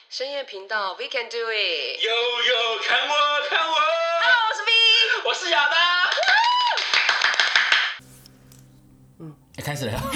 深夜频道 We Can Do It。 悠悠，看我，看我。 Hello， 我是 V， 我是亚当。 开始了。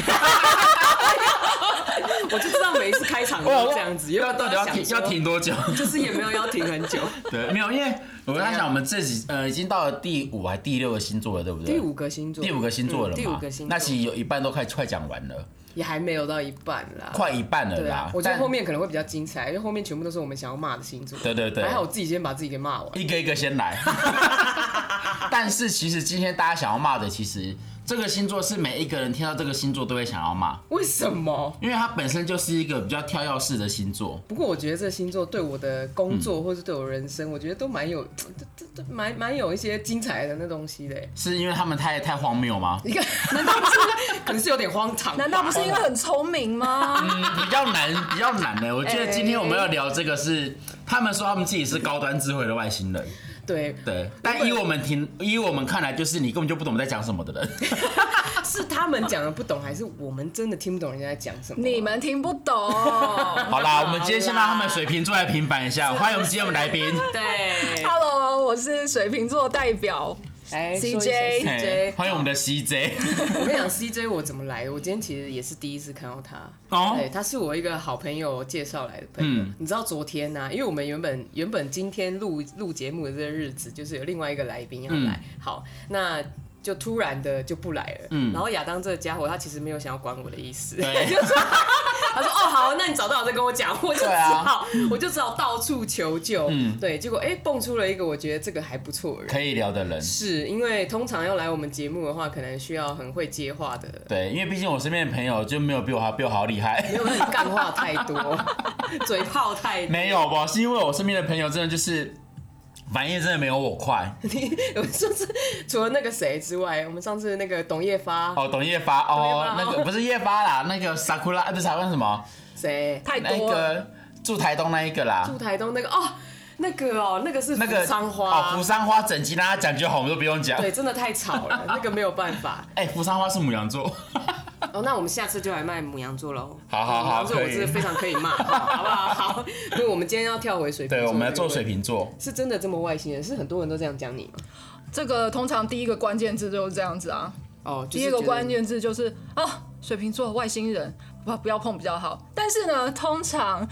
我就知道每一次开场都这样子， 到底要停多久？ 就是也没有要停很久。 对，没有，因为我在想，我们这集已经到了第5还第6个星座了，对不对？ 第5个星座， 第5个星座了嘛？ 第5个星座， 那其实有一半都快讲完了， 也还没有到一半啦， 快一半了啦。 我觉得后面可能会比较精彩，因为后面全部都是我们想要骂的星座。 对对对， 还好我自己先把自己给骂完， 一个一个先来。但是其实今天大家想要骂的，其实这个星座是每一个人听到这个星座都会想要骂。 为什么？ 因为它本身就是一个比较跳跃式的星座。 不过我觉得这个星座对我的工作或是对我人生，我觉得都蛮有一些精彩的那东西的。 是因为他们太荒谬吗？ 难道不是？可能是有点荒唐。 难道不是因为很聪明吗？ 比较难的。我觉得今天我们要聊这个是，他们说他们自己是高端智慧的外星人。 对， 但依我们看来，就是你根本就不懂我们在讲什么的人。 是他们讲的不懂，还是我们真的听不懂人家在讲什么？ 你们听不懂。 好啦，我们今天先让他们水瓶座来平反一下。欢迎我们今天的来宾。 对 ，Hello， 我是水瓶座代表。CJ， 欢迎我们的 CJ。 我跟你讲 ，CJ 我怎么来的？我今天其实也是第一次看到他。 哦， 对，他是我一个好朋友介绍来的朋友。你知道昨天呢、因为我们原本今天录节目的这个日子，就是有另外一个来宾要来。好，那就突然的就不来了。然后亚当这个家伙，他其实没有想要管我的意思。他说：“哦，好，那你找到我再跟我讲。”我就只好到处求救。对，结果蹦出了一个我觉得这个还不错的人， 可以聊的人。 是因为通常要来我们节目的话，可能需要很会接话的。 对，因为毕竟我身边的朋友就没有比我好厉害， 没有你干话太多，嘴炮太多。 没有吧？是因为我身边的朋友真的就是反应真的没有我快。 我上次除了那个谁之外，我们上次那个董叶发董叶发那个不是叶发啦，那个 Sakura 不是台湾什么？ 谁？ 太多了。 那个住台东那一个啦。 住台东那个那个是扶桑花。 扶桑花整集让他讲就好，我们都不用讲。 对，真的太吵了，那个没有办法。 扶桑花是牡羊座。 那我们下次就来卖牡羊座喽。 好， 可以。我真的非常可以骂，好不好？好。因为我们今天要跳回水瓶座。 对，我们要做水瓶座。 是真的这么外星人？是很多人都这样讲你吗？ 这个通常第一个关键字就是这样子啊。 就是、 第一个关键字就是水瓶座外星人，不要碰比较好。但是呢，通常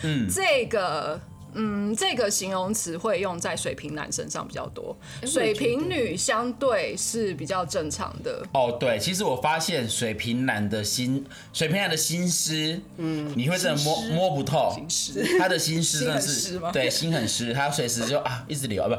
这个形容词会用在水瓶男身上比较多，水瓶女相对是比较正常的。 对，其实我发现水瓶男的心思，你会真的摸不透，他的心思真的是对，心很湿，他随时就一直流，不，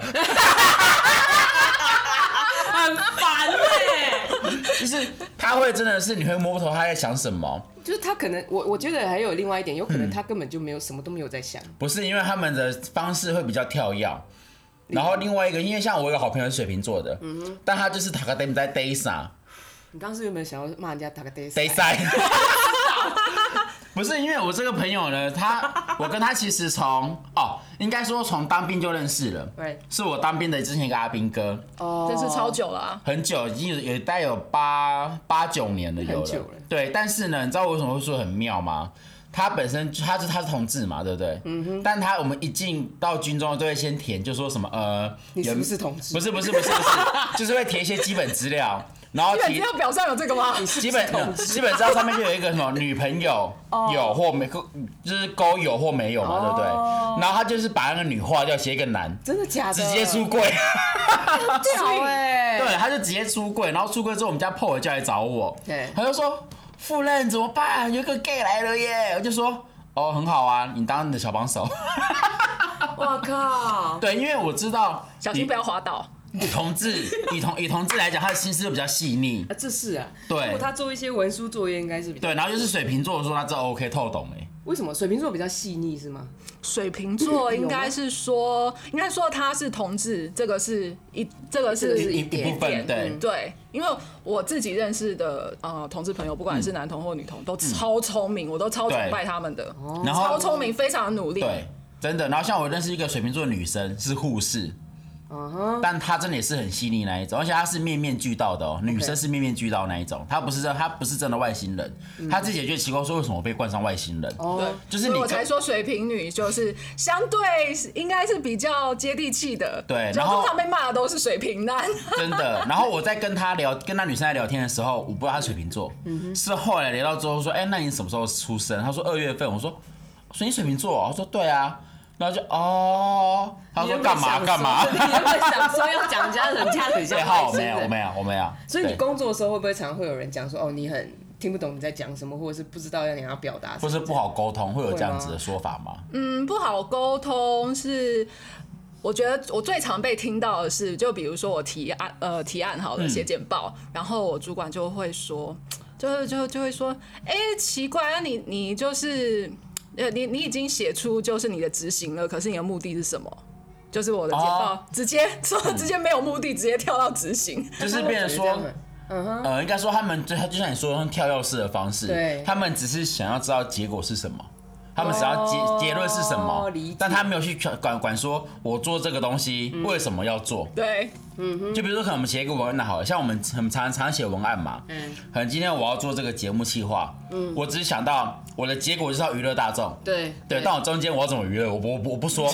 很烦就是他会真的是你会摸不透他在想什么。 就是他可能，我觉得还有另外一点，有可能他根本就没有什么都没有在想。 不是，因为他们的方式会比较跳跃。然后另外一个，因为像我有个好朋友是水瓶座的，但他就是塔克 day 在 day 上。 你当时有没有想要骂人家塔克 day day 不是，因为我这个朋友呢，我跟他其实应该说从当兵就认识了。 对， 是我当兵的之前一个阿兵哥。 这是超久了啊， 很久，已经有大概有8、9年了，有了。 很久了。对， 但是呢，你知道我为什么会说很妙吗？他本身他是同志嘛，对不对？但我们一进到军中都会先填，就说什么你是不是同志？ 不是，就是会填一些基本资料。然后基本资料表上有这个吗？ 基本资料上面就有一个什么女朋友有或没，就是勾有或没有嘛，对不对？然后他就是把那个女划掉，写一个男， 真的假的？ 直接出柜， 屌对，他就直接出柜，然后出柜之后，我们家破就来找我，他就说夫人怎么办？有个 gay 来了耶！我就说很好啊，你当你的小帮手。 我靠！ 对，因为我知道， 小心不要滑倒。 以同志来讲，他的心思比较细腻。 这是啊， 对。 如果他做一些文书作业，应该是比较对。然后就是水瓶座说他这 OK 透懂为什么水瓶座比较细腻是吗？ 水瓶座应该说他是同志，这个是一部分， 对，因为我自己认识的同志朋友，不管是男同或女同，都超聪明，我都超崇拜他们的，超聪明，非常努力。 对，真的。然后像我认识一个水瓶座的女生是护士。 但她真的也是很细腻那一种，而且她是面面俱到的女生是面面俱到那一种，她不是真的外星人，她自己也觉得奇怪，说为什么我被冠上外星人？ 对， 就是我才说水瓶女就是相对应该是比较接地气的， 对，然后通常被骂的都是水瓶男， 真的。然后我在跟她女生在聊天的时候，我不知道她是水瓶座，是后来聊到之后说，那你什么时候出生？她说2月份，我说你水瓶座，她说对啊。然后就他说干嘛？ 你有没有想说要讲人家很像外星人？ 我没有。 所以你工作的时候会不会常会有人讲说，你很听不懂你在讲什么，或者是不知道你要表达什么， 或是不好沟通，会有这样子的说法吗？ 不好沟通是。我觉得我最常被听到的是，就比如说我提案好了，写简报，然后我主管就会说，就会说，奇怪啊，你就是你已经写出就是你的执行了，可是你的目的是什么？就是我的简报直接没有目的，直接跳到执行， 就是变成说。应该说他们就像你说用跳跃式的方式，他们只是想要知道结果是什么，他们只要结论是什么，但他没有去管说我做这个东西为什么要做。 对， 就比如说可能我们写一个文案好了，像我们很常写文案嘛，可能今天我要做这个节目企划，我只是想到我的结果就是要娱乐大众， 对， 但我中间我要怎么娱乐，我不说。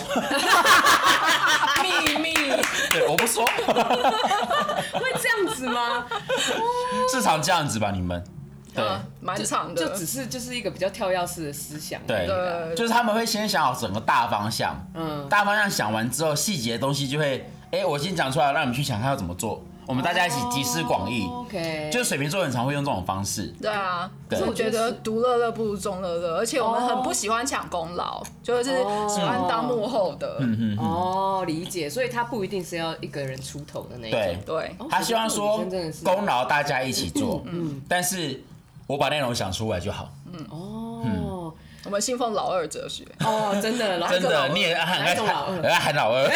秘密， 对，我不说。 会这样子吗？ 市场这样子吧，你们。对， 蛮长的， 就只是就是一个比较跳跃式的思想。 对，就是他们会先想好整个大方向，大方向想完之后，细节的东西就会，我先讲出来，让你们去想看要怎么做。我们大家一起集思广益。 OK， 就是水瓶座很常会用这种方式。 对啊，可是我觉得独乐乐不如众乐乐，而且我们很不喜欢抢功劳，就是喜欢当幕后的。 理解，所以他不一定是要一个人出头的那种。 对， 他希望说功劳大家一起做，但是我把内容想出来就好。 我们信奉老二哲学。 真的， 真的，你也喊老二。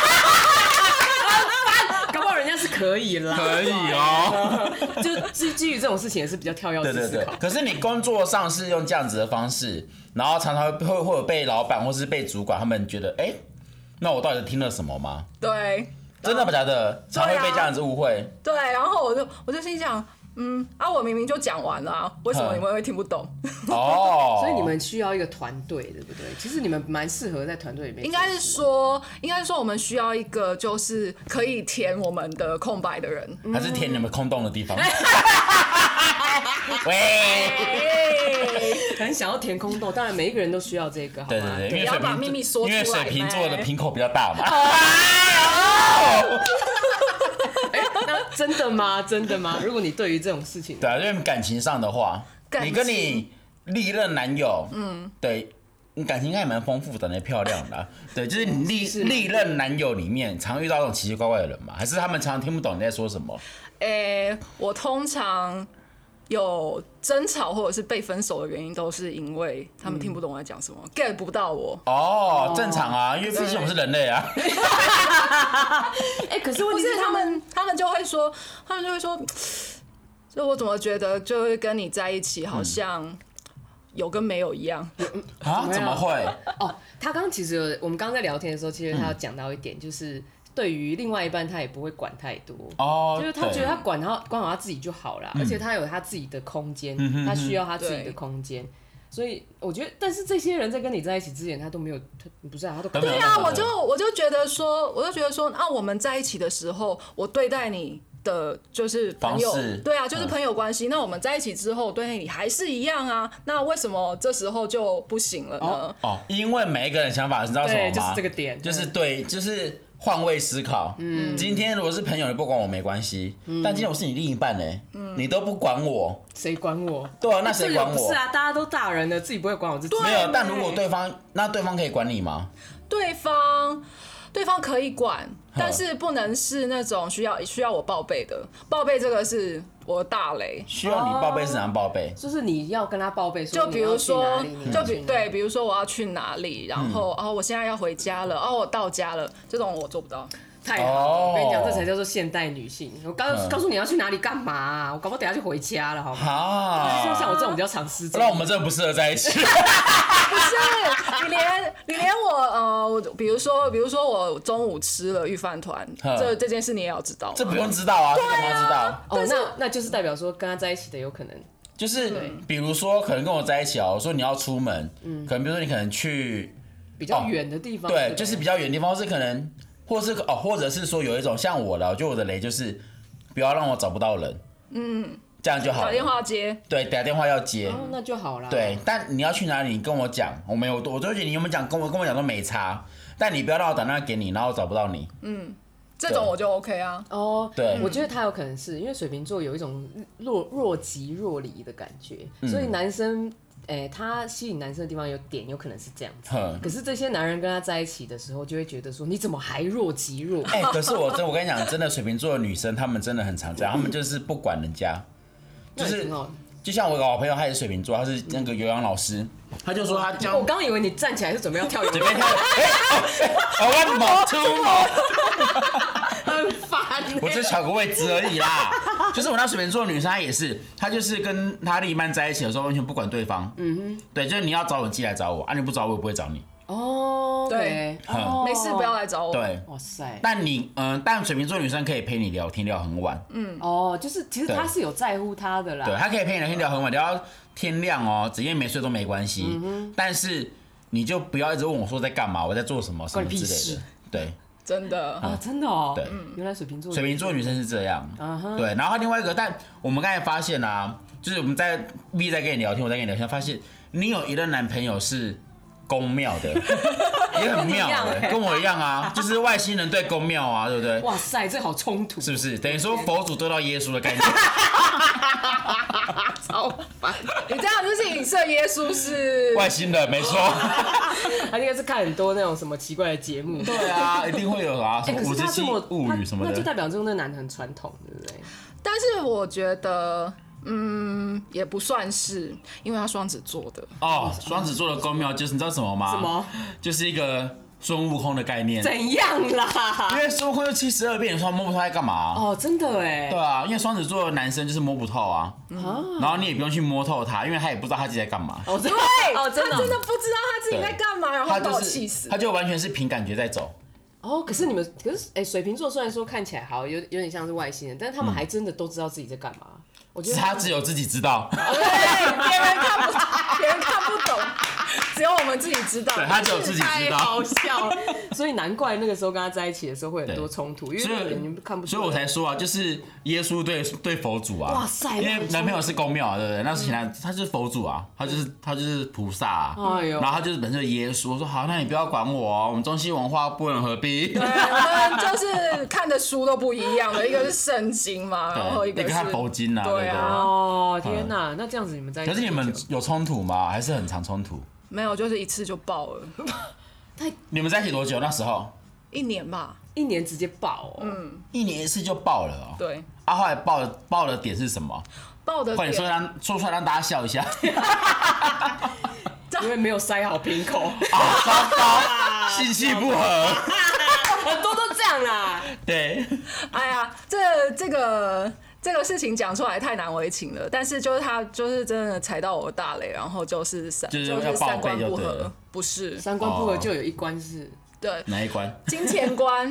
搞不好人家是可以啦， 可以就基于这种事情也是比较跳跃式思考。 可是你工作上是用这样子的方式，然后常常会有被老板或是被主管他们觉得，那我到底听了什么吗？ 对， 真的不假的，常会被这样子误会。 对，然后我就心想。我明明就讲完了，为什么你们会听不懂？ 所以你们需要一个团队，对不对？其实你们蛮适合在团队里面。 应该是说我们需要一个就是可以填我们的空白的人， 还是填你们空洞的地方？喂， 很想要填空洞，当然每一个人都需要这个，好吗？ 对， 不要把秘密说出来。 因为水瓶座的瓶口比较大嘛。 那真的吗？真的吗？如果你对于这种事情， 对啊，因为感情上的话，你跟你历任男友，对，你感情应该也蛮丰富的，也漂亮的，对，就是你历任男友里面常遇到这种奇奇怪怪的人嘛，还是他们常常听不懂你在说什么？ 我通常有争吵或者是被分手的原因，都是因为他们听不懂我在讲什么，get 不到我。 正常啊，因为毕竟我们是人类啊。 可是问题是他们就会说，就我怎么觉得就会跟你在一起好像有跟没有一样怎么会？ 他刚刚其实我们刚刚在聊天的时候，其实他有讲到一点，就是对于另外一半他也不会管太多，就是他觉得他管好他自己就好了，而且他有他自己的空间，他需要他自己的空间。所以我觉得，但是这些人在跟你在一起之前，他都没有，不是啊，他都对啊，我就觉得说，我们在一起的时候，我对待你的就是朋友，对啊，就是朋友关系。那我们在一起之后，对待你还是一样啊，那为什么这时候就不行了呢？ 因为每一个人想法，你知道什么吗？ 就是这个点， 就是对，就是换位思考。今天如果是朋友，你不管我没关系，但今天我是你另一半呢，你都不管我， 谁管我？ 对啊，那谁管我？ 不是啊，大家都大人了，自己不会管我自己。 没有，但如果对方可以管你吗？ 对方可以管，但是不能是那种需要我报备的。报备这个是我的大雷。 需要你报备是怎样报备？ 就是你要跟他报备， 就比如说，比如说我要去哪里，然后我现在要回家了，我到家了，这种我做不到。 太好了，我跟你讲，这才叫做现代女性。我告诉你要去哪里干嘛，我搞不好等下就回家了，好吗？就像我这种比较常失踪， 那我们真的不适合在一起。 不是，你连比如说我中午吃了御饭团，这件事你也要知道。 这不用知道啊，这干嘛要知道？ 那就是代表说跟他在一起的有可能。 就是比如说，可能跟我在一起我说你要出门，可能比如说你可能去比较远的地方， 对，就是比较远的地方，是可能，或者是说有一种像我的，我觉得我的雷就是不要让我找不到人，这样就好了。 打电话接， 对，打电话要接， 那就好了。 对，但你要去哪里，你跟我讲，我都觉得你有没有讲，跟我讲都没差，但你不要让我打电话给你，然后我找不到你， 这种我就 OK 啊。 对， 我觉得他有可能是因为水瓶座有一种若即若离的感觉，所以男生，他吸引男生的地方有可能是这样子。可是这些男人跟他在一起的时候，就会觉得说你怎么还若即若离？ 可是我跟你讲，真的水瓶座的女生，她们真的很常这样，她们就是不管人家，就像我有个好朋友，他也是水瓶座，他是那个有氧老师，他就说他教。 我刚以为你站起来是准备要跳有氧， 准备跳。one more two more， 很烦。 我只是抢个位置而已啦。就是我那水瓶座的女生，她也是，她就是跟她另一半在一起的时候，完全不管对方。对，就是你要找我，寄来找我，你不找我，我也不会找你。 对，没事不要来找我。 对， 哇塞！ 但水瓶座女生可以陪你聊天聊很晚。 就是其实她是有在乎他的啦。 对，她可以陪你聊天聊很晚，聊到天亮整夜没睡都没关系。但是你就不要一直问我说在干嘛，我在做什么什么之类的。对， 真的真的哦。 对， 原来水瓶座女生是这样。对，然后另外一个，但我们刚才发现就是我们在跟你聊天，我在跟你聊天，发现你有一任男朋友是宫庙的，也很妙跟我一样啊，就是外星人对宫庙啊，对不对？ 哇塞，这好冲突， 是不是？等于说佛祖得到耶稣的概念， 超烦！ 你这样就是影射耶稣是外星人，没错。 他应该是看很多那种什么奇怪的节目。 对啊，一定会有什么57物语什么的， 那就代表这个男的很传统，对不对？ 但是我觉得。也不算是，因为他双子座的。 双子座的宫庙就是你知道什么吗？ 什么？ 就是一个孙悟空的概念。 怎样啦？ 因为孙悟空就72变，你说摸不透在干嘛？ 真的哎。 对啊，因为双子座的男生就是摸不透啊。然后你也不用去摸透他，因为他也不知道他自己在干嘛。 对，他真的不知道他自己在干嘛，然后把我气死。 他就完全是凭感觉在走。 可是水瓶座虽然说看起来好有点像是外星人，但是他们还真的都知道自己在干嘛。我觉得他只有自己知道， 对，别人看不懂，只有我们自己知道。 对，他只有自己知道， 太好笑了。所以难怪那个时候跟他在一起的时候会有很多冲突，因为你们看不出来。 所以我才说就是耶稣对佛祖啊， 哇塞， 因为男朋友是宫庙对不对？那是他就是佛祖啊，他就是菩萨然后他就是本身的耶稣。我说好，那你不要管我我们中西文化不能合璧。 对，我们就是看的书都不一样的，一个是圣经嘛，然后一个是看佛经啊。 对啊， 天哪，那这样子你们在一起？ 可是你们有冲突吗？还是很常冲突？ 没有，就是一次就爆了。 你们在一起多久？那时候 1年吧 ，1年直接爆 1年一次就爆了对。 后来爆的点是什么？ 爆的点， 快点说出来让大家笑一下。 因为没有塞好瓶口糟糕，性气不合， 很多都这样啦。 对， 哎呀，这个事情讲出来太难为情了，但是就是他就是真的踩到我的大雷，然后就是三观不合，不是三观不合就有一关是， 对， 哪一关？ 金钱观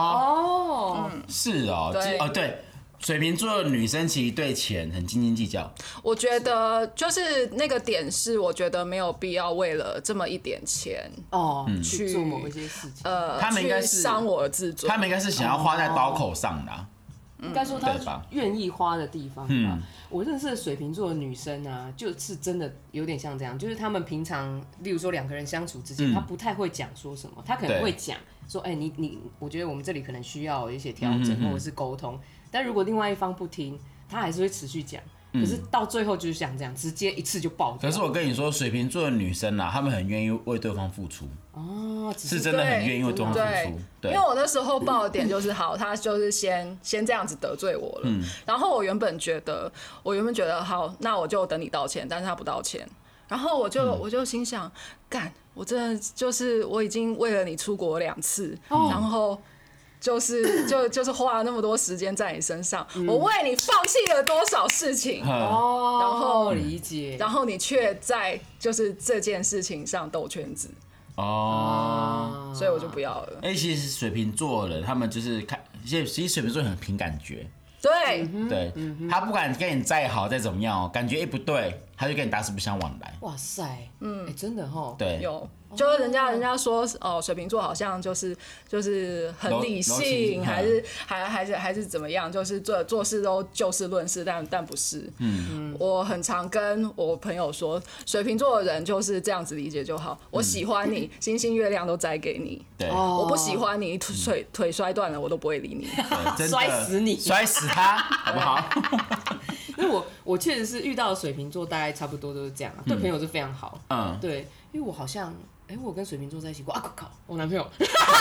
是对。水瓶座的女生其实对钱很斤斤计较。 我觉得就是那个点是，我觉得没有必要为了这么一点钱去做某一些事情。 他们应该是伤我的自尊， 他们应该是想要花在刀口上的。 应该说他愿意花的地方吧。我认识的水瓶座的女生啊，就是真的有点像这样，就是他们平常，例如说2个人相处之间，他不太会讲说什么，他可能会讲说，我觉得我们这里可能需要一些调整或者是沟通。但如果另外一方不听，他还是会持续讲。可是到最后就是像这样，直接一次就爆。 可是我跟你说，水瓶座的女生她们很愿意为对方付出。是真的很愿意为对方付出。 对，因为我那时候爆的点就是好，他就是先这样子得罪我了。然后我原本觉得好，那我就等你道歉，但是他不道歉。然后我就心想，干，我真的就是我已经为了你出国2次，然后。就是花了那么多时间在你身上，我为你放弃了多少事情，然后理解， 然后你却在就是这件事情上兜圈子， 哦， 所以我就不要了。 其实水瓶座的人，他们就是其实水瓶座很凭感觉。 对， 对，他不管跟你再好再怎么样，感觉一不对，他就跟你打死不相往来。 哇塞，真的齁。 对， 有，就是人家说水瓶座好像就是很理性，还是怎么样，就是做事都就事论事，但不是。我很常跟我朋友说，水瓶座的人就是这样子理解就好。我喜欢你，星星月亮都摘给你。 对， 我不喜欢你，腿摔断了，我都不会理你。 摔死你， 摔死他，好不好？ 因为我确实是遇到的水瓶座，大概差不多都是这样，对朋友是非常好。对，因为我好像，我跟水瓶座在一起过啊！靠，我男朋友，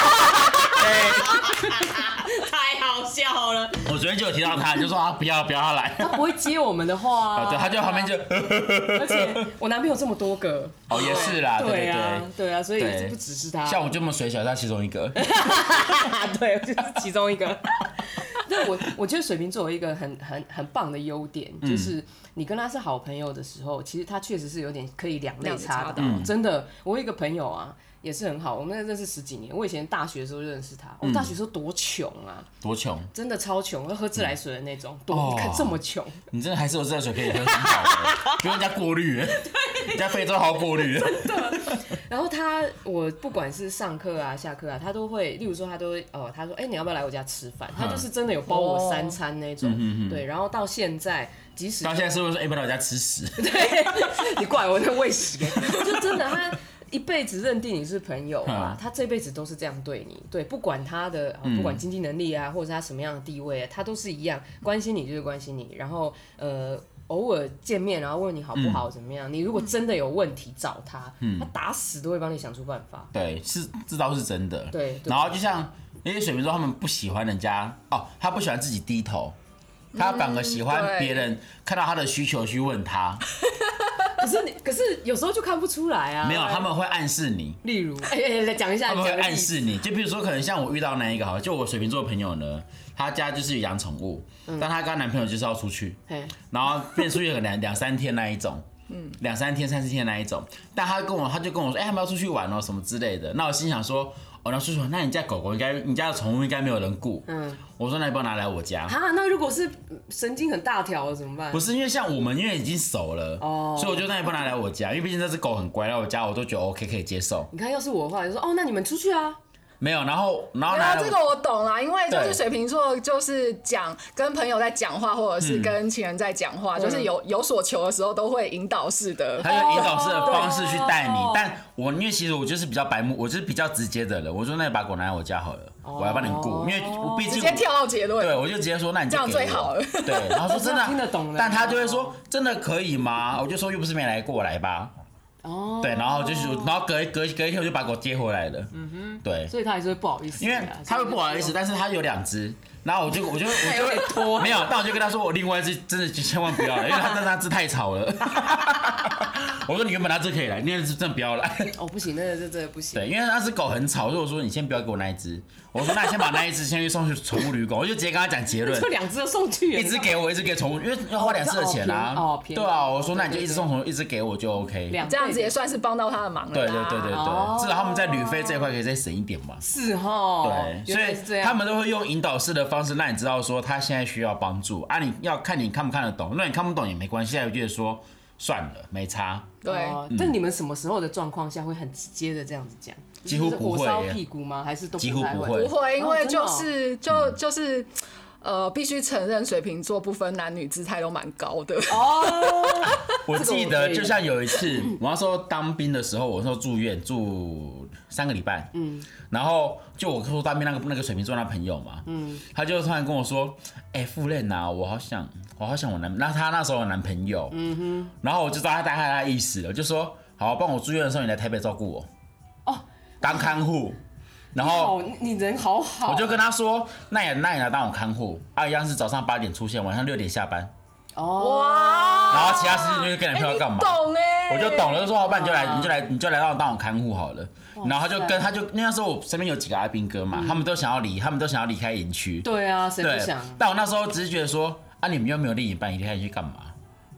太好笑了。 我昨天就有提到他，就说不要他来， 他不会接我们的话啊。 对，他就在旁边就， 而且我男朋友这么多个， 也是啦， 对啊，所以不只是他， 像我这么水小，他其中一个， 对，就是其中一个。对，我觉得水瓶座有一个很棒的优点，就是你跟他是好朋友的时候，其实他确实是有点可以两肋插刀。真的，我有一个朋友啊，也是很好，我们认识10几年。我以前大学的时候认识他，我大学的时候多穷啊， 多穷， 真的超穷，要喝自来水的那种。你看这么穷， 你真的还是有自来水可以喝，很好，不用人家过滤，人家非洲好过滤， 真的。然后我不管是上课啊、下课啊，他都会，例如说他都会，他说，你要不要来我家吃饭？他就是真的有包我3餐那种，对。然后到现在，即使到现在是不是说，不要来我家吃屎？ 对，你怪我在喂屎，就真的他一辈子认定你是朋友啊，他这辈子都是这样对你，对，不管他的不管经济能力啊，或者是他什么样的地位啊，他都是一样关心你就是关心你，然后偶尔见面，然后问你好不好，怎么样？你如果真的有问题找他，他打死都会帮你想出办法。 对，这倒是真的。 对， 然后就像那些水瓶座，他们不喜欢人家他不喜欢自己低头，他反而喜欢别人看到他的需求去问他。 可是有时候就看不出来啊。 没有，他们会暗示你。 例如，来讲一下。 他们会暗示你，就比如说，可能像我遇到那一个，就我水瓶座的朋友呢，他家就是有养宠物，但他跟他男朋友就是要出去，然后变出去可能2-3天那一种，2-3天、3-4天那一种。但他就跟我说，他们要出去玩什么之类的。那我心想说，那叔叔，那你家狗狗你家的宠物应该没有人顾。我说那你不要拿来我家。 那如果是神经很大条的怎么办？ 不是，因为像我们因为已经熟了，所以我就那你不拿来我家，因为毕竟这只狗很乖，来我家我都觉得 OK 可以接受。 你看，要是我的话，就说那你们出去啊。 没有，然后这个我懂啦，因为就是水瓶座就是跟朋友在讲话，或者是跟情人在讲话，就是有所求的时候都会引导式的， 他用引导式的方式去带你。但因为其实我就是比较白目，我就是比较直接的人，我说那你把狗拿来我家好了，我要帮你顾，因为我毕竟直接跳到结论， 对，我就直接说那你这样最好了， 对，然后说真的听得懂了， 但他就会说真的可以吗？我就说又不是没来过，来吧。对，然后隔一天我就把狗接回来了。对， 所以他还是会不好意思， 因为他会不好意思，但是他有2只，然后我就会拖，没有，但我就跟他说我另外一只真的千万不要了，因为那只太吵了。我说你原本那只可以来，那只真的不要来。 不行，那真的不行。 对，因为那只狗很吵，所以我说你先不要给我那一只。我说那你先把那一只先去送去宠物旅馆，我就直接跟他讲结论。 就2只都送去， 一只给我，一只给宠物，因为要花2次的钱啊。对啊，我说那你就一直送宠物，一只给我就 OK。 这样子也算是帮到他的忙了。 对，至少他们在旅费这一块可以再省一点嘛。 是对，所以他们都会用引导式的方式让你知道说他现在需要帮助啊，你要看你看不看得懂，那你看不懂也没关系，我觉得说算了，没差。 对， 但你们什么时候的状况下会很直接的这样子讲？ 几乎不会。 火烧屁股吗？还是都几乎不会？ 不会，因为就是必须承认水瓶座不分男女姿态都蛮高的。 我记得就像有一次，我那时候当兵的时候，我那时候住院住3个礼拜，然后就我说当兵那个水瓶座那朋友嘛，他就突然跟我说，副任啊，我好想我他那时候有男朋友，然后我就知道他大概他的意思了，就说好，帮我住院的时候你来台北照顾我，当看护。然后你人好好， 我就跟他说，那你来当我看护，一样是早上8点出现，晚上6点下班。 哇！ 然后其他时间就是跟男朋友干嘛？ 懂我就懂了，就说好，不然你就来让我当我看护好了。然后他就那时候我身边有几个阿兵哥嘛，他们都想要离开营区。 对啊，谁不想？ 但我那时候只是觉得说，你们又没有另一半，你离开营区干嘛？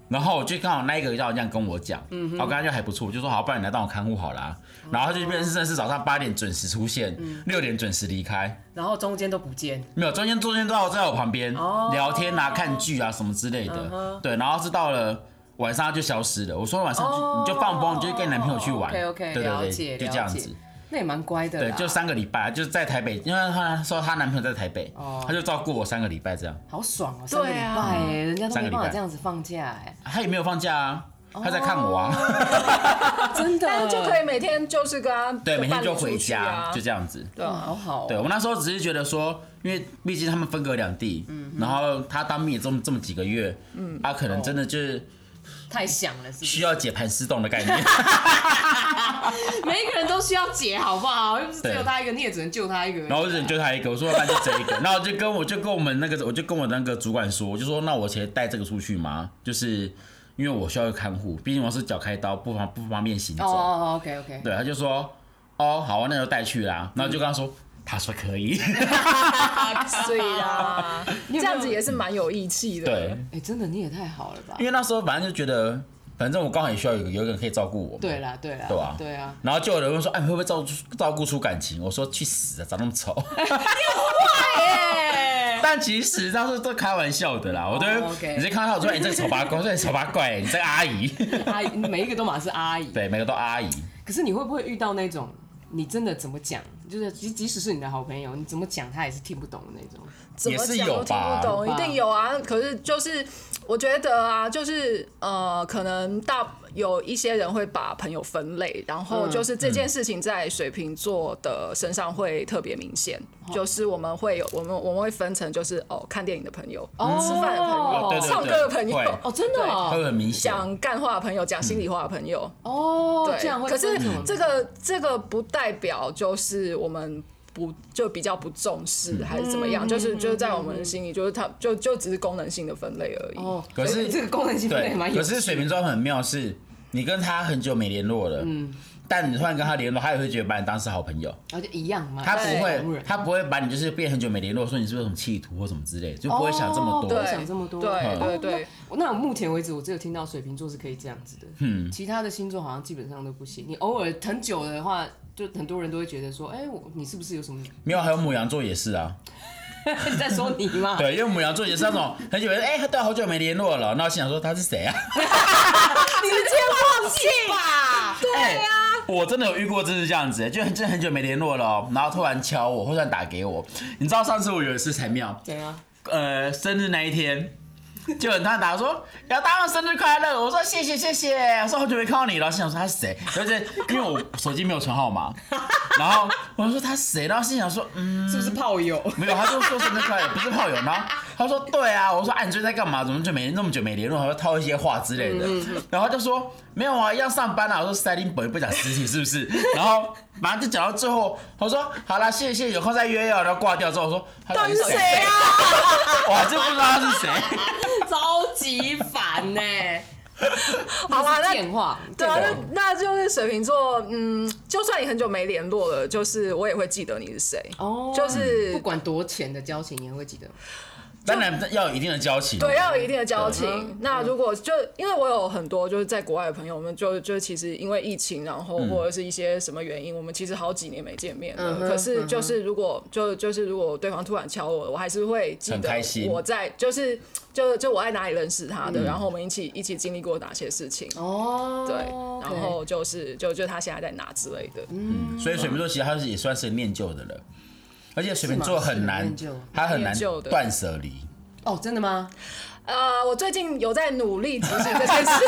然后我就刚好那一个要这样跟我讲，然后跟他就还不错，我就说好，不然你来当我看护好啦。然后他就变成是早上8点准时出现，6点准时离开， 然后中间都不见， 没有中间都要在我旁边聊天啊、看剧啊什么之类的，对，然后是到了晚上他就消失了。我说晚上你就放风，你就跟你男朋友去玩。 OK， 对了解， 就这样子。 那也蛮乖的。 对，就3个礼拜，就是在台北，因为她说她男朋友在台北，他就照顾我3个礼拜这样。 好爽哦，3个礼拜哎，人家都没办法这样子放假哎。 他也没有放假啊，他在看我啊。 真的。 但就可以每天就是跟他对，每天就回家，就这样子。 对，好好。 对，我那时候只是觉得说，因为毕竟他们分隔2地，然后他当兵也这么几个月，他可能真的就是太想了，是需要解盘丝洞的概念。 每一个人都需要解，好不好？又不是只有他一个，你也只能救他一个。 然后我只能救他一个，我说那就这一个。然后我就跟我那个主管说，我就说那我先带这个出去吗？就是因为我需要看护，毕竟我是脚开刀，不方便行走。 OK。 对，他就说好啊，那就带去啦。然后就跟他说。他说可以， 所以啊，这样子也是蛮有义气的。 对， 真的你也太好了吧？ 因为那时候反正就觉得，反正我刚好也需要有一个人可以照顾我。 对啦。对啊。 然后就有人问说，会不会照顾出感情？我说去死啊，长那么丑。 你很坏耶！ 但其实当时都开玩笑的啦，我都你在看到我说你这个丑八怪，我说你丑八怪，你这个阿姨。 阿姨，每一个都嘛是阿姨。 对，每个都阿姨。 可是你会不会遇到那种？你真的怎么讲？就是即使是你的好朋友，你怎么讲他也是听不懂的那种。 怎么讲都听不懂，一定有啊。可是就是我觉得啊，就是可能有一些人会把朋友分类，然后就是这件事情在水瓶座的身上会特别明显，就是我们会分成就是看电影的朋友，吃饭的朋友，唱歌的朋友， 真的会很明显， 讲干话的朋友，讲心里话的朋友， 对，这样会。 可是这个不代表就是我们就比较不重视还是怎么样，就是在我们心里，就是它就只是功能性的分类而已。 可是这个功能性分类蛮有趣的。 可是水瓶座很妙，是你跟他很久没联络了，但你突然跟他联络，他也会觉得把你当是好朋友， 而且一样嘛。 他不会把你就是变很久没联络，说你是不是有什么企图或什么之类，就不会想这么多。 想这么多。 对。 那我目前为止，我只有听到水瓶座是可以这样子的，其他的星座好像基本上都不行。你偶尔很久的话，就很多人都会觉得说，你是不是有什么？ 没有，还有牡羊座也是啊。 你在说你吗？ 对，因为牡羊座也是那种很久对，好久没联络了，然后心想说他是谁啊？ 你直接放弃吧。 对啊。 我真的有遇过，真是这样子，就真的很久没联络了，然后突然敲我，或突然打给我。你知道上次我有一次才妙， 怎样？ 生日那一天，就很他打说姚大生日快乐，我说谢谢，我说好久没看到你了，心想说他是谁？就是因为我手机没有存号码，然后我说他是谁？然后心想说是不是炮友？ 没有，他就说生日快乐，不是炮友。然后他说对啊，我说你最近在干嘛？怎么那么久没联络？还会套一些话之类的。然后他就说没有啊，一样上班啊。我说塞林本不讲实体是不是？然后反正就讲到最后，我说好啦，谢谢，有空再约哦。然后挂掉之后，我说到底是谁啊？ 我还真不知道他是谁， 超级烦呢。 好啦，那电话对啊，那就是水瓶座，就算你很久没联络了，就是我也会记得你是谁。就是不管多浅的交情，你也会记得。 当然要有一定的交情， 对，要有一定的交情。那如果就因为我有很多就是在国外的朋友，我们就其实因为疫情，然后或者是一些什么原因，我们其实好几年没见面了。可是就是如果对方突然敲我，我还是会记得我在就我在哪里认识他的，然后我们一起经历过哪些事情。对，然后就他现在在哪之类的。 所以水瓶座其实他也算是念旧的人。而且水瓶座很难，他很难断舍离。 真的吗？ 我最近有在努力执行这件事。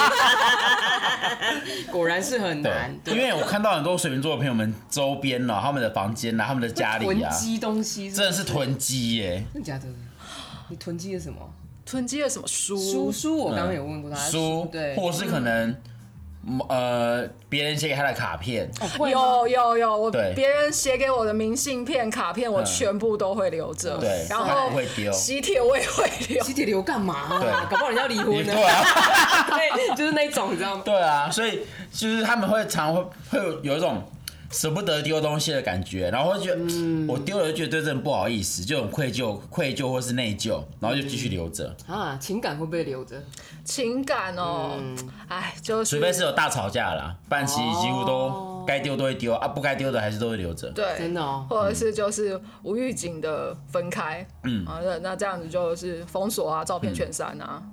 果然是很难。 因为我看到很多水瓶座的朋友们周边他们的房间他们的家里囤积东西， 真的是囤积耶。 真的假的？你囤积了什么？ 囤积了什么书？ 我刚刚有问过他。 书，对，或是可能。别人写给他的卡片， 有，我别人写给我的明信片、卡片，我全部都会留着。 对， 然后喜帖我也会留。 喜帖留干嘛？对，搞不好人家离婚了。 对啊， 对，就是那种，你知道吗？ 对啊，所以就是他们会会有一种舍不得丢东西的感觉，然后会觉得我丢了就觉得对这人不好意思，就很愧疚或是内疚，然后就继续留着。 情感会不会留着？ 情感哦，就是除非是有大吵架啦，不然其实几乎都该丢都会丢不该丢的还是都会留着。 对， 真的哦。 或者是就是无预警的分开，那这样子就是封锁啊，照片全删啊。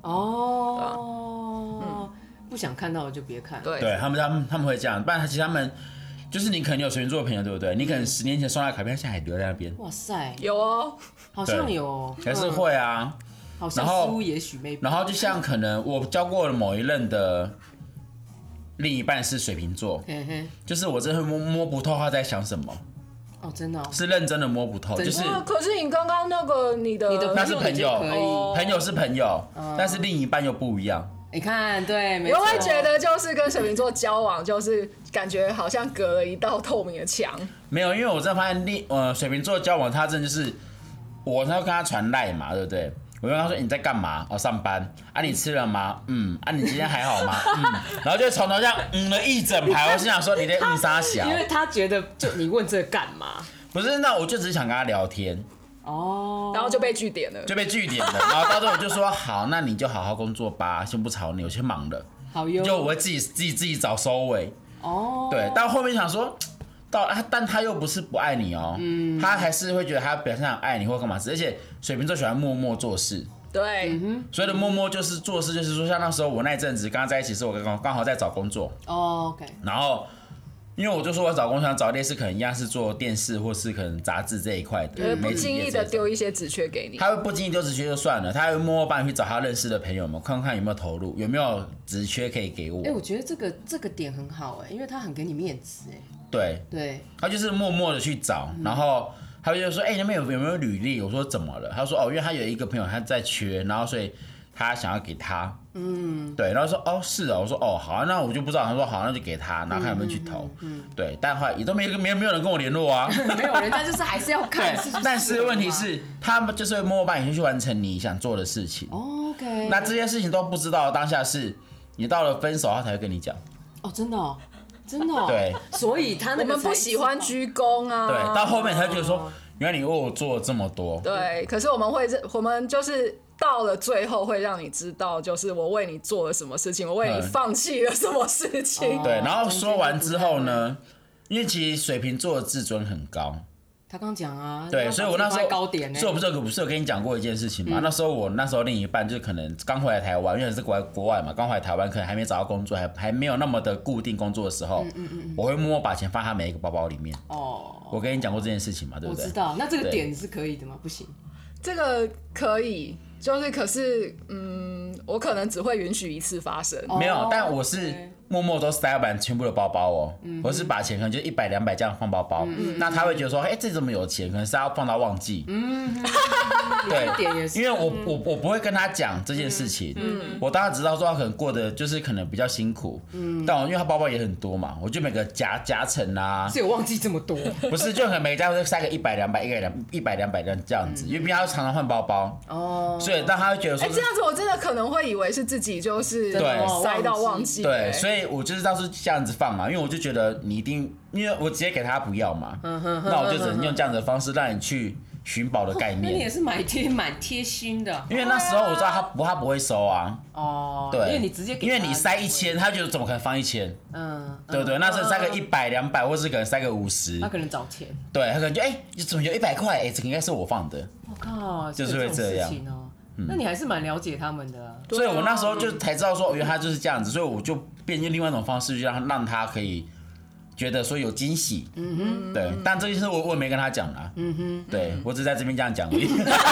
不想看到的就别看。 对，他们会这样，不然其实他们就是你可能有水瓶座的朋友，对不对？你可能10年前送他的卡片，现在还留在那边。 哇塞， 有哦， 好像有， 还是会啊。 好像似乎也许没。 然后就像可能我交过的某一任的另一半是水瓶座，就是我真的摸不透他在想什么。 真的是认真的摸不透，就是。 可是你刚刚那个你的那是朋友，朋友是朋友，但是另一半又不一样。 你看，对， 你会觉得就是跟水瓶座交往，就是感觉好像隔了一道透明的墙。 没有，因为我真的发现水瓶座交往，他真的就是我要跟他传赖嘛，对不对？我跟他说你在干嘛？上班。你吃了吗？你今天还好吗？然后就从头这样了一整排，我心想说你在啥小？ 因为他觉得就你问这干嘛？ 不是，那我就只是想跟他聊天。 然后就被句点了， 然后到时候我就说好，那你就好好工作吧，先不吵你，我先忙了。 好哟， 就我会自己找收尾。对，到后面想说，但他又不是不爱你哦，他还是会觉得他表现很爱你或干嘛，而且水瓶座喜欢默默做事。 对， 所以的默默就是做事，就是说像那时候我那一阵子跟他在一起，是我刚好在找工作。 OK。 然后。因为我就说我找工作想找类似可能一样是做电视或是可能杂志这一块的， 不经意的丢一些职缺给你。 他会不经意丢职缺就算了，他会默默帮你去找他认识的朋友们，看看有没有投入，有没有职缺可以给我。 我觉得这个点很好因为他很给你面子对，他就是默默的去找，然后他就说那边有没有履历？我说怎么了？他说因为他有一个朋友他在缺，然后所以他想要给他。对，然后说是我说好，那我就不知道。他说好，那就给他，然后看有没有去投。对，但后来也都没有人跟我联络啊。 没有人，但就是还是要看。 但是问题是，他们就是会默默帮你去完成你想做的事情。 OK。 那这件事情都不知道，当下是你到了分手，他才会跟你讲。 真的。 对。 所以我们不喜欢鞠躬啊。 对，到后面他就说，原来你为我做了这么多。 对，可是我们就是。到了最后会让你知道，就是我为你做了什么事情，我为你放弃了什么事情。 对，然后说完之后呢，因为其实水瓶座的自尊很高。 他刚讲啊。 对，所以我那时候高点所以我不是有跟你讲过一件事情嘛？那时候另一半就可能刚回来台湾，因为是国外嘛，刚回来台湾可能还没找到工作，还没有那么的固定工作的时候，我会默默把钱放他每一个包包里面。我跟你讲过这件事情嘛？对不对？ 我知道，那这个点是可以的吗？不行。 这个可以。可是，我可能只会允许一次发生。 没有，但我是默默都塞满全部的包包我是把钱可能就100、200这样放包包。那他会觉得说，这怎么有钱？可能是要放到忘记。对，因为我不会跟他讲这件事情。我当然知道说他可能过得就是可能比较辛苦。但因为他包包也很多嘛，我就每个夹层啊。 是有忘记这么多？ 不是，就可能每个家会塞个100、200、100、200这样子，因为毕竟他常常换包包。所以但他会觉得说， 这样子我真的可能会以为是自己就是塞到忘记。 对，所以我就是当时这样子放嘛，因为我就觉得你一定，因为我直接给他不要嘛，那我就只能用这样子的方式让你去寻宝的概念。 那你也是蛮贴心的。 因为那时候我知道他不会收啊。 对，因为你直接给他， 因为你塞1000，他觉得怎么可能放1000？对不对？那时候塞个100、200，或是可能塞个50， 他可能找钱。 对，他可能就怎么有100块？这个应该是我放的。 我靠， 就是会这样。 那你还是蛮了解他们的。 所以我那时候就才知道说，原来他就是这样子，所以我就变用另外一种方式，就让他可以觉得说有惊喜。对，但这件事我也没跟他讲啦。对，我只在这边这样讲而已。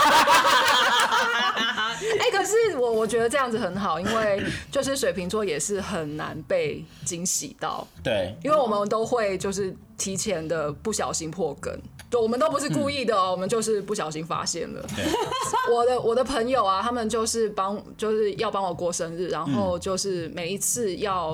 可是我觉得这样子很好，因为就是水瓶座也是很难被惊喜到。 对， 因为我们都会就是提前的不小心破梗。对，我们都不是故意的我们就是不小心发现了。我的朋友啊，他们就是要帮我过生日，然后就是每一次要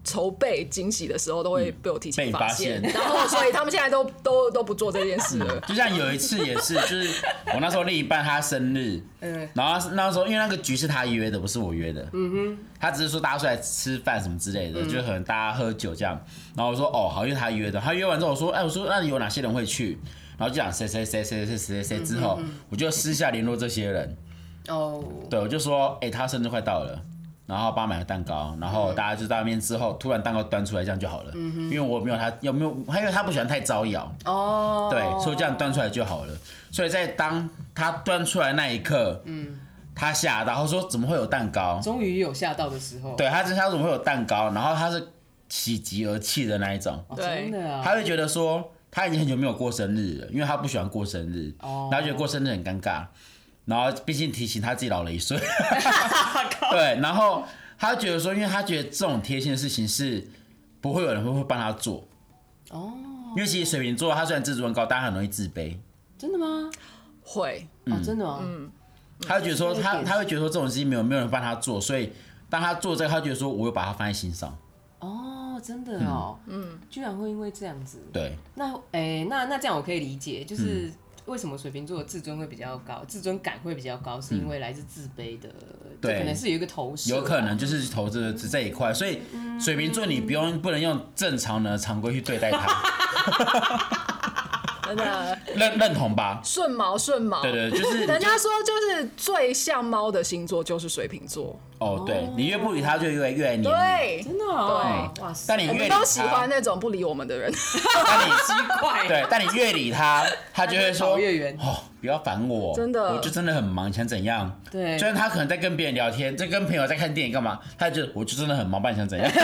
筹备惊喜的时候，都会被我提前发现，然后所以他们现在都不做这件事了。 就像有一次也是，就是我那时候另一半他生日，然后那时候因为那个局是他约的，不是我约的，他只是说大家出来吃饭什么之类的，就可能大家喝酒这样。然后我说哦好，因为他约的，他约完之后我说那有哪些人会去？然后就讲谁之后，我就私下联络这些人。对，我就说他生日快到了。然后帮他买个蛋糕，然后大家就到那边之后，突然蛋糕端出来，这样就好了。因为我没有他，因为他不喜欢太招摇。对，所以这样端出来就好了。所以在当他端出来那一刻，他吓到，他说怎么会有蛋糕？ 终于有吓到的时候。 对，他怎么会有蛋糕？然后他是喜极而泣的那一种。 真的啊。 他会觉得说他已经很久没有过生日了，因为他不喜欢过生日，然后觉得过生日很尴尬。然后毕竟提醒他自己老了1岁，对，然后他觉得说，因为他觉得这种贴心的事情是不会有人会帮他做，因为其实水瓶座他虽然自尊高，但他很容易自卑。 真的吗？ 会， 真的吗？ 他会觉得说他会觉得说这种事情没有人帮他做，所以当他做这个，他觉得说我有把它放在心上。 真的哦，居然会因为这样子。 对， 那这样我可以理解，就是。为什么水瓶座的自尊会比较高，自尊感会比较高，是因为来自自卑的，对，可能是有一个投射， 有可能就是投射这一块，所以水瓶座你不能用正常的常规去对待他。 真的认同吧？ 顺毛，对，就是人家说就是最像猫的星座就是水瓶座。 对，你越不理他，就越来黏。 对， 真的对， 哇塞！ 但你越理他， 我们都喜欢那种不理我们的人。 但你越理他，他就会说越远。 不要烦我， 真的， 我就真的很忙，想怎样？ 对， 虽然他可能在跟别人聊天，在跟朋友在看电影干嘛，我就真的很忙，不然想怎样？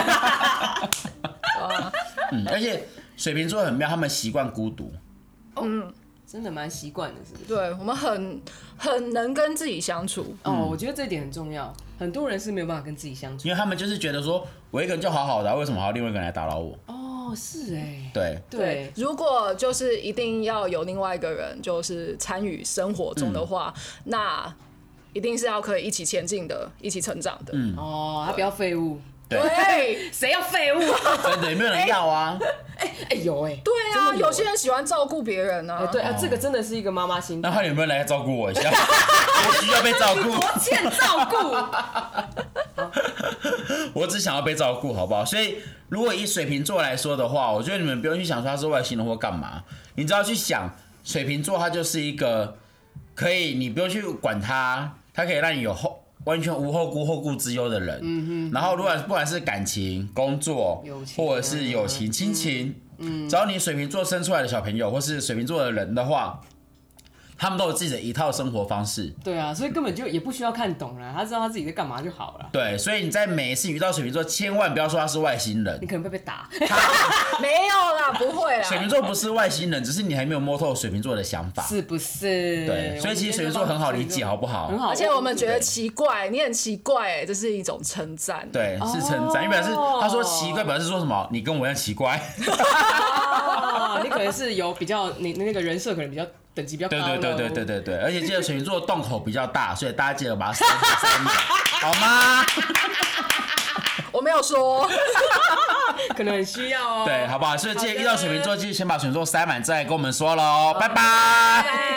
而且水瓶座很妙，他们习惯孤独。 真的蛮习惯的，是不是？ 对，我们很能跟自己相处。 我觉得这一点很重要。很多人是没有办法跟自己相处， 因为他们就是觉得说，我一个人就好好的，为什么还要另外一个人来打扰我？ 是对。 如果就是一定要有另外一个人，就是参与生活中的话，那一定是要可以一起前进的，一起成长的。 他不要废物。 对， 谁要废物？ 真的，有没有人要啊？ 有对啊，有些人喜欢照顾别人啊。 对啊，这个真的是一个妈妈心态。 那他有没有来照顾我一下？我需要被照顾， 多欠照顾。 我只想要被照顾，好不好？所以，如果以水瓶座来说的话，我觉得你们不用去想说他是外星人或干嘛，你只要去想水瓶座，他就是一个可以，你不用去管他，他可以让你有完全无后顾之忧的人。然后不管是感情、工作，或者是友情、亲情，只要你水瓶座生出来的小朋友，或是水瓶座的人的话，他们都有自己的一套生活方式。 对啊，所以根本就也不需要看懂了，他知道他自己在干嘛就好了。 对，所以你在每一次遇到水瓶座，千万不要说他是外星人， 你可能会被打。 没有啦，不会啦。 水瓶座不是外星人，只是你还没有摸透水瓶座的想法， 是不是？ 对，所以其实水瓶座很好理解，好不好？ 很好。 而且我们觉得奇怪，你很奇怪，这是一种称赞。 对，是称赞，因为表示他说奇怪，表示说什么？你跟我一样奇怪。 你可能是有比较，你那个人设可能比较等级比较高。 对，而且记得水瓶座的洞口比较大，所以大家记得把它塞满，好吗？ 我没有说， 可能很需要哦。 对，好不好？所以记得遇到水瓶座，记得先把水瓶座塞满，再来跟我们说喽，拜拜。